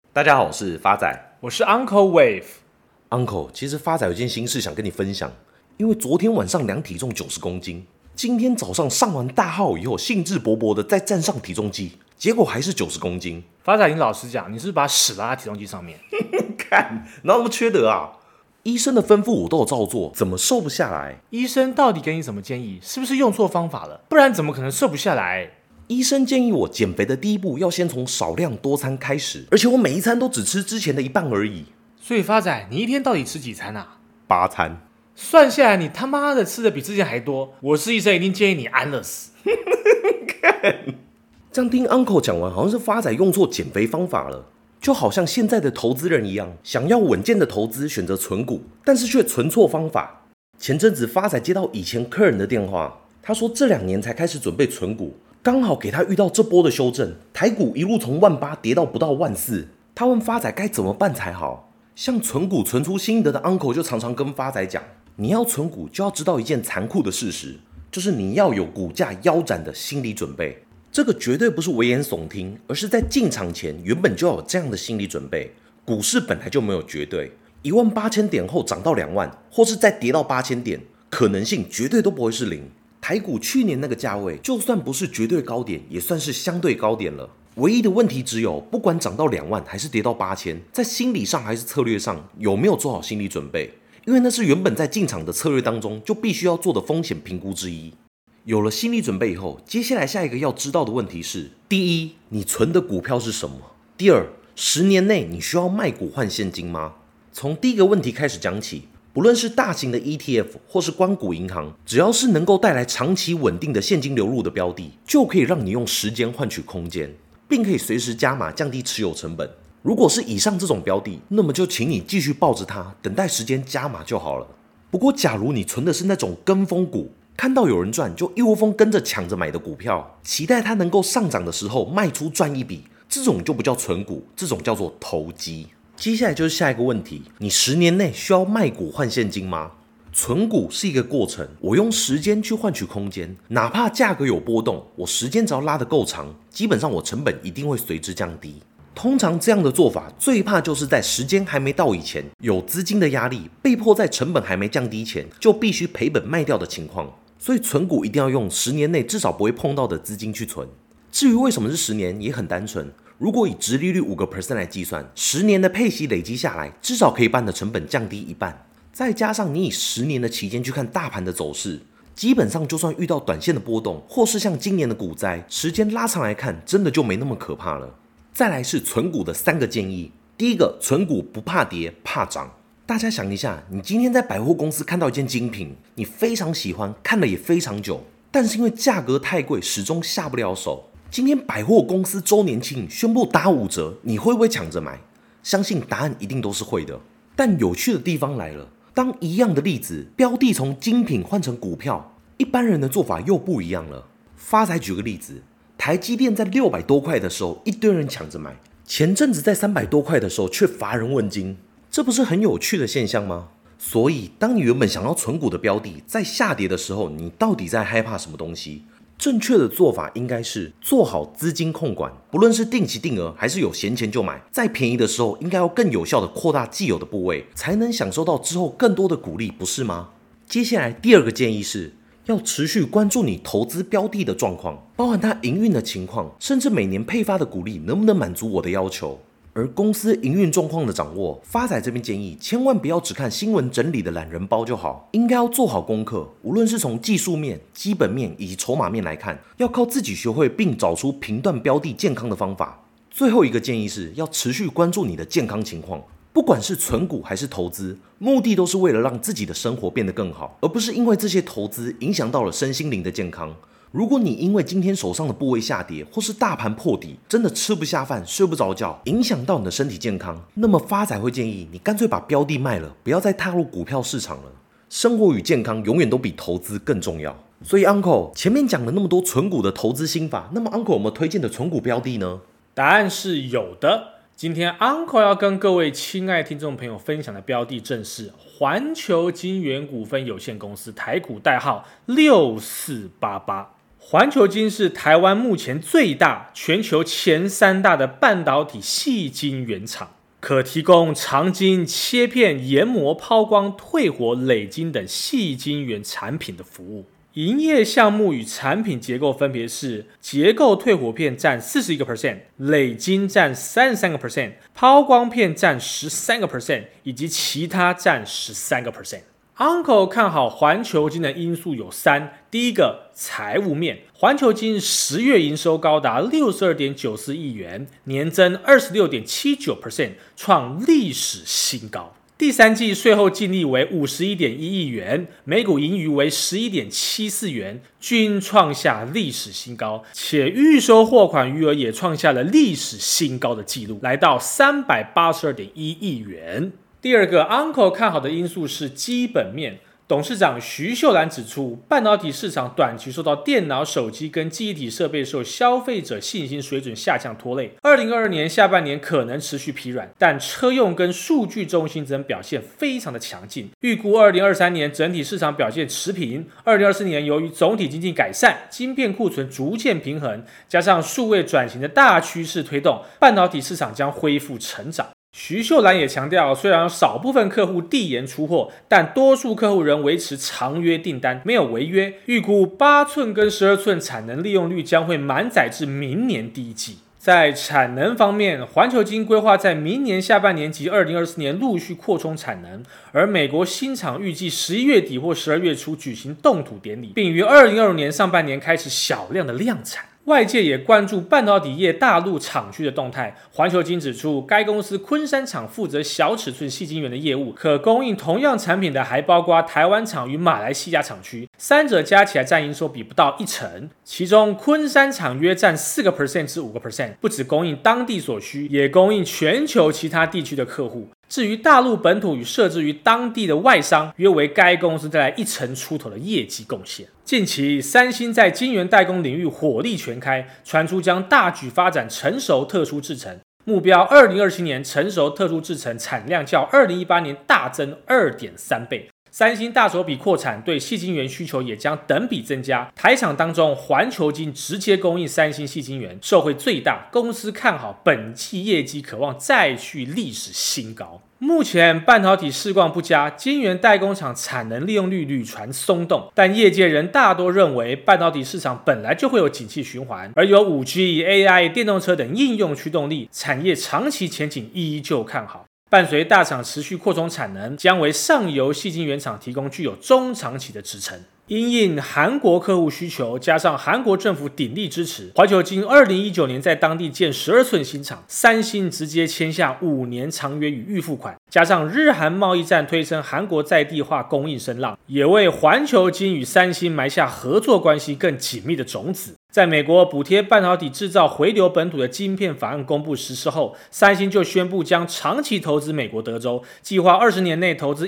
大家好，我是发仔， 我是 Uncle Wave。 Uncle，其实发仔有件心事想跟你分享，因为昨天晚上量体重90公斤，今天早上上完大号以后，兴致勃勃的再站上体重机，结果还是90公斤。 发仔，你老实讲，你是不是把屎拉在体重机上面？ 看，哪有那么缺德啊？医生的吩咐我都有照做，怎么瘦不下来？ 医生到底给你什么建议？是不是用错方法了？不然怎么可能瘦不下来？ 医生建议我减肥的第一步要先从少量多餐开始，而且我每一餐都只吃之前的一半而已。 所以发仔，你一天到底吃几餐啊 ？8餐。 算下来，你他妈的吃的比之前还多。我是医生，一定建议你安乐死。 这样听 Uncle 讲完，好像是发仔用错减肥方法了。就好像现在的投资人一样，想要稳健的投资，选择存股，但是却存错方法。前阵子发仔接到以前客人的电话，他说这2年才开始准备存股，刚好给他遇到这波的修正，台股一路从18000跌到不到14000。他问发仔该怎么办才好。像存股存出心得的 Uncle 就常常跟发仔讲，你要存股就要知道一件残酷的事实，就是你要有股价腰斩的心理准备。这个绝对不是危言耸听，而是在进场前原本就要有这样的心理准备。股市本来就没有绝对，18000点后涨到2万，或是再跌到8000点，可能性绝对都不会是0。台股去年那个价位，就算不是绝对高点，也算是相对高点了。唯一的问题只有，不管涨到2万还是跌到8000，在心理上还是策略上有没有做好心理准备？因为那是原本在进场的策略当中就必须要做的风险评估之一。有了心理准备以后，接下来下一个要知道的问题是：第一，你存的股票是什么？第二，10年内你需要卖股换现金吗？从第一个问题开始讲起，不论是大型的 ETF 或是官股银行，只要是能够带来长期稳定的现金流入的标的，就可以让你用时间换取空间，并可以随时加码降低持有成本。如果是以上这种标的，那么就请你继续抱着它，等待时间加码就好了。不过假如你存的是那种跟风股，看到有人赚就一窝蜂跟着抢着买的股票，期待它能够上涨的时候卖出赚一笔，这种就不叫存股，这种叫做投机。接下来就是下一个问题，你10年内需要卖股换现金吗？存股是一个过程，我用时间去换取空间，哪怕价格有波动，我时间只要拉得够长，基本上我成本一定会随之降低。通常这样的做法最怕就是在时间还没到以前，有资金的压力，被迫在成本还没降低前就必须赔本卖掉的情况。所以存股一定要用10年内至少不会碰到的资金去存。至于为什么是10年，也很单纯，如果以殖利率5% 来计算，10年的配息累积下来，至少可以把你的成本降低一半。再加上你以10年的期间去看大盘的走势，基本上就算遇到短线的波动，或是像今年的股灾，时间拉长来看，真的就没那么可怕了。再来是存股的3个建议。第一个，存股不怕跌，怕涨。大家想一下，你今天在百货公司看到一件精品，你非常喜欢，看了也非常久，但是因为价格太贵，始终下不了手。今天百货公司周年庆宣布打5折，你会不会抢着买？相信答案一定都是会的。但有趣的地方来了，当一样的例子，标的从精品换成股票，一般人的做法又不一样了。发仔举个例子，台积电在600多块的时候，一堆人抢着买，前阵子在300多块的时候，却乏人问津。这不是很有趣的现象吗？所以当你原本想要存股的标的在下跌的时候，你到底在害怕什么东西？正确的做法应该是做好资金控管，不论是定期定额还是有闲钱就买，在便宜的时候应该要更有效的扩大既有的部位，才能享受到之后更多的股利，不是吗？接下来第2个建议是要持续关注你投资标的的状况，包含它营运的情况，甚至每年配发的股利能不能满足我的要求。而公司营运状况的掌握，发仔这边建议千万不要只看新闻整理的懒人包就好，应该要做好功课，无论是从技术面、基本面以及筹码面来看，要靠自己学会并找出评断标的健康的方法。最后一个建议是要持续关注你的健康情况，不管是存股还是投资，目的都是为了让自己的生活变得更好，而不是因为这些投资影响到了身心灵的健康。如果你因为今天手上的部位下跌，或是大盘破底，真的吃不下饭、睡不着觉，影响到你的身体健康，那么发仔会建议你干脆把标的卖了，不要再踏入股票市场了。生活与健康永远都比投资更重要。所以 Uncle 前面讲了那么多存股的投资心法，那么 Uncle 有没有推荐的存股标的呢？ 答案是有的。今天 Uncle 要跟各位亲爱听众朋友分享的标的正是环球晶圆股份有限公司，台股代号6488。 环球晶是台湾目前最大、全球前3大的半导体矽晶圆厂，可提供长晶、切片、研磨、抛光、退火、累晶等矽晶圆产品的服务。营业项目与产品结构分别是结构退火片占 41%， 累晶占 33%， 抛光片占 13%， 以及其他占 13%。Uncle 看好环球晶的因素有3，第一个，财务面，环球晶10月营收高达 62.94 亿元，年增 26.79%， 创历史新高。第3季税后净利为 51.1 亿元，每股盈余为 11.74 元，均创下历史新高，且预收货款余额也创下了历史新高的纪录，来到 382.1 亿元。第二个 Uncle 看好的因素是基本面。董事长徐秀兰指出，半导体市场短期受到电脑、手机跟记忆体设备受消费者信心水准下降拖累，2022年下半年可能持续疲软，但车用跟数据中心则表现非常的强劲。预估2023年整体市场表现持平，2024年由于总体经济改善，晶片库存逐渐平衡，加上数位转型的大趋势推动，半导体市场将恢复成长。徐秀兰也强调，虽然有少部分客户递延出货，但多数客户仍维持长约订单，没有违约。预估8寸跟12寸产能利用率将会满载至明年第一季。在产能方面，环球晶规划在明年下半年及2024年陆续扩充产能，而美国新厂预计11月底或12月初举行动土典礼，并于2025年上半年开始小量的量产。外界也关注半导体业大陆厂区的动态。环球晶指出，该公司昆山厂负责小尺寸矽晶圆的业务，可供应同样产品的还包括台湾厂与马来西亚厂区，三者加起来占营收比不到1成。其中昆山厂约占4% 至5%，不只供应当地所需，也供应全球其他地区的客户。至于大陆本土与设置于当地的外商，约为该公司带来1成出头的业绩贡献。近期，三星在晶圆代工领域火力全开，传出将大举发展成熟特殊制程，目标2027年成熟特殊制程产量较2018年大增2.3倍。三星大手笔扩产，对矽晶圆需求也将等比增加。台厂当中，环球晶直接供应三星矽晶圆，受惠最大。公司看好本季业绩，渴望再续历史新高。目前半导体市况不佳，晶圆代工厂产能利用率屡传松动，但业界人大多认为半导体市场本来就会有景气循环，而有 5G、AI、电动车等应用驱动力，产业长期前景依旧看好。伴随大厂持续扩充产能，将为上游矽晶圆厂提供具有中长期的支撑。因应韩国客户需求，加上韩国政府鼎力支持，环球晶2019年在当地建12寸新厂，三星直接签下5年长约与预付款，加上日韩贸易战推升韩国在地化供应声浪，也为环球晶与三星埋下合作关系更紧密的种子。在美国补贴半导体制造回流本土的晶片法案公布实施后，三星就宣布将长期投资美国德州，计划20年内投资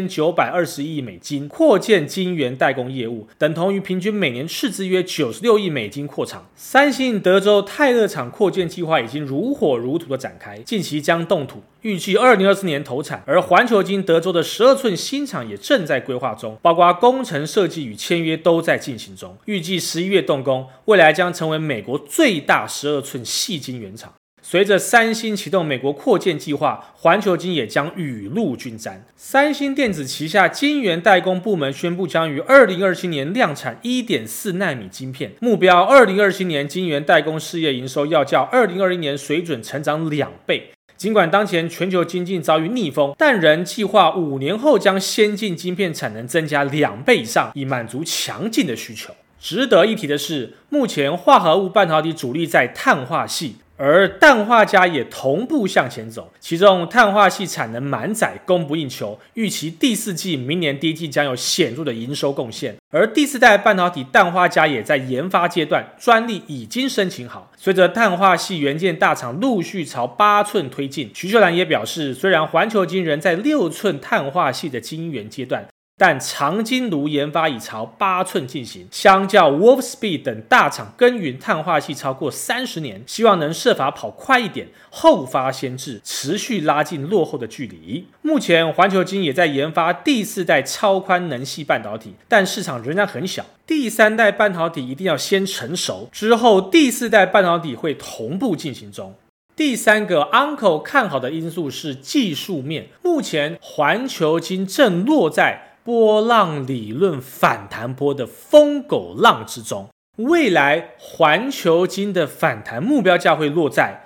1920亿美金，扩建晶圆代工业务，等同于平均每年斥资约96亿美金扩厂。三星德州泰勒厂扩建计划已经如火如荼的展开，近期将动土，预计2024年投产。而环球晶德州的12寸新厂也正在规划中，包括工程设计与签约都在进行中，预计11月动工，未来将成为美国最大12寸矽晶圆厂。随着三星启动美国扩建计划，环球晶也将雨露均沾。三星电子旗下晶圆代工部门宣布，将于2027年量产1.4奈米晶片，目标2027年晶圆代工事业营收要较2021年水准成长2倍。尽管当前全球经济遭遇逆风，但仍计划5年后将先进晶片产能增加2倍以上，以满足强劲的需求。值得一提的是，目前化合物半导体主力在碳化矽，而氮化镓也同步向前走，其中碳化矽产能满载，供不应求，预期第4季、明年第1季将有显著的营收贡献。而第4代半导体氮化镓也在研发阶段，专利已经申请好。随着碳化矽元件大厂陆续朝8寸推进，徐秀兰也表示，虽然环球晶仍在6寸碳化矽的晶圆阶段， 但长金炉研发已朝8寸进行，相较 Wolfspeed 等大厂耕耘碳化系超过30年，希望能设法跑快一点，后发先至，持续拉近落后的距离。目前环球晶也在研发第4代超宽能系半导体，但市场仍然很小。第3代半导体一定要先成熟，之后第4代半导体会同步进行中。第3个 Uncle 看好的因素是技术面，目前环球晶正落在波浪理论反弹波的疯狗浪之中，未来环球晶的反弹目标价会落在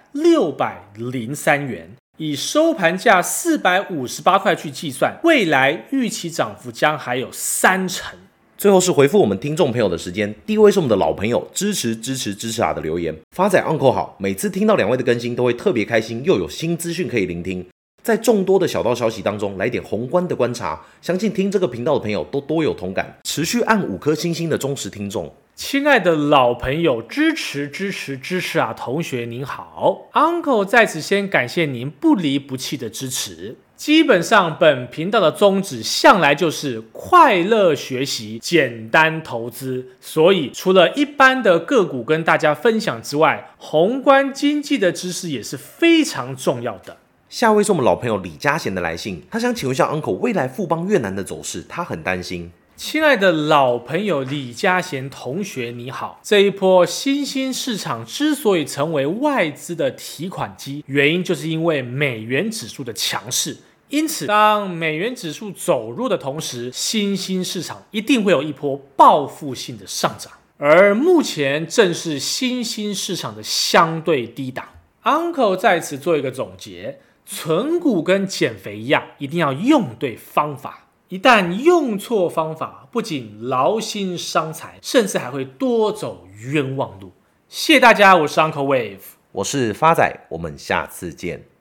603元，以收盘价458块去计算，未来预期涨幅将还有3成。 最后是回复我们听众朋友的时间，第一位是我们的老朋友支持啊的留言，发仔 Uncle 好，每次听到2位的更新都会特别开心，又有新资讯可以聆听。在众多的小道消息当中来点宏观的观察，相信听这个频道的朋友都多有同感，持续按5颗星星的忠实听众。 亲爱的老朋友，支持啊！同学您好 ，Uncle 在此先感谢您不离不弃的支持。基本上本频道的宗旨向来就是快乐学习、简单投资，所以除了一般的个股跟大家分享之外，宏观经济的知识也是非常重要的。 下位是我们老朋友李嘉贤的来信，他想请问一下 Uncle 未来富邦越南的走势，他很担心。 亲爱的老朋友李嘉贤同学你好，这一波新兴市场之所以成为外资的提款机，原因就是因为美元指数的强势。因此当美元指数走弱的同时，新兴市场一定会有一波报复性的上涨，而目前正是新兴市场的相对低档。 Uncle 在此做一个总结，存股跟减肥一样，一定要用对方法，一旦用错方法，不仅劳心伤财，甚至还会多走冤枉路。谢谢大家，我是 Uncle Wave， 我是发仔，我们下次见。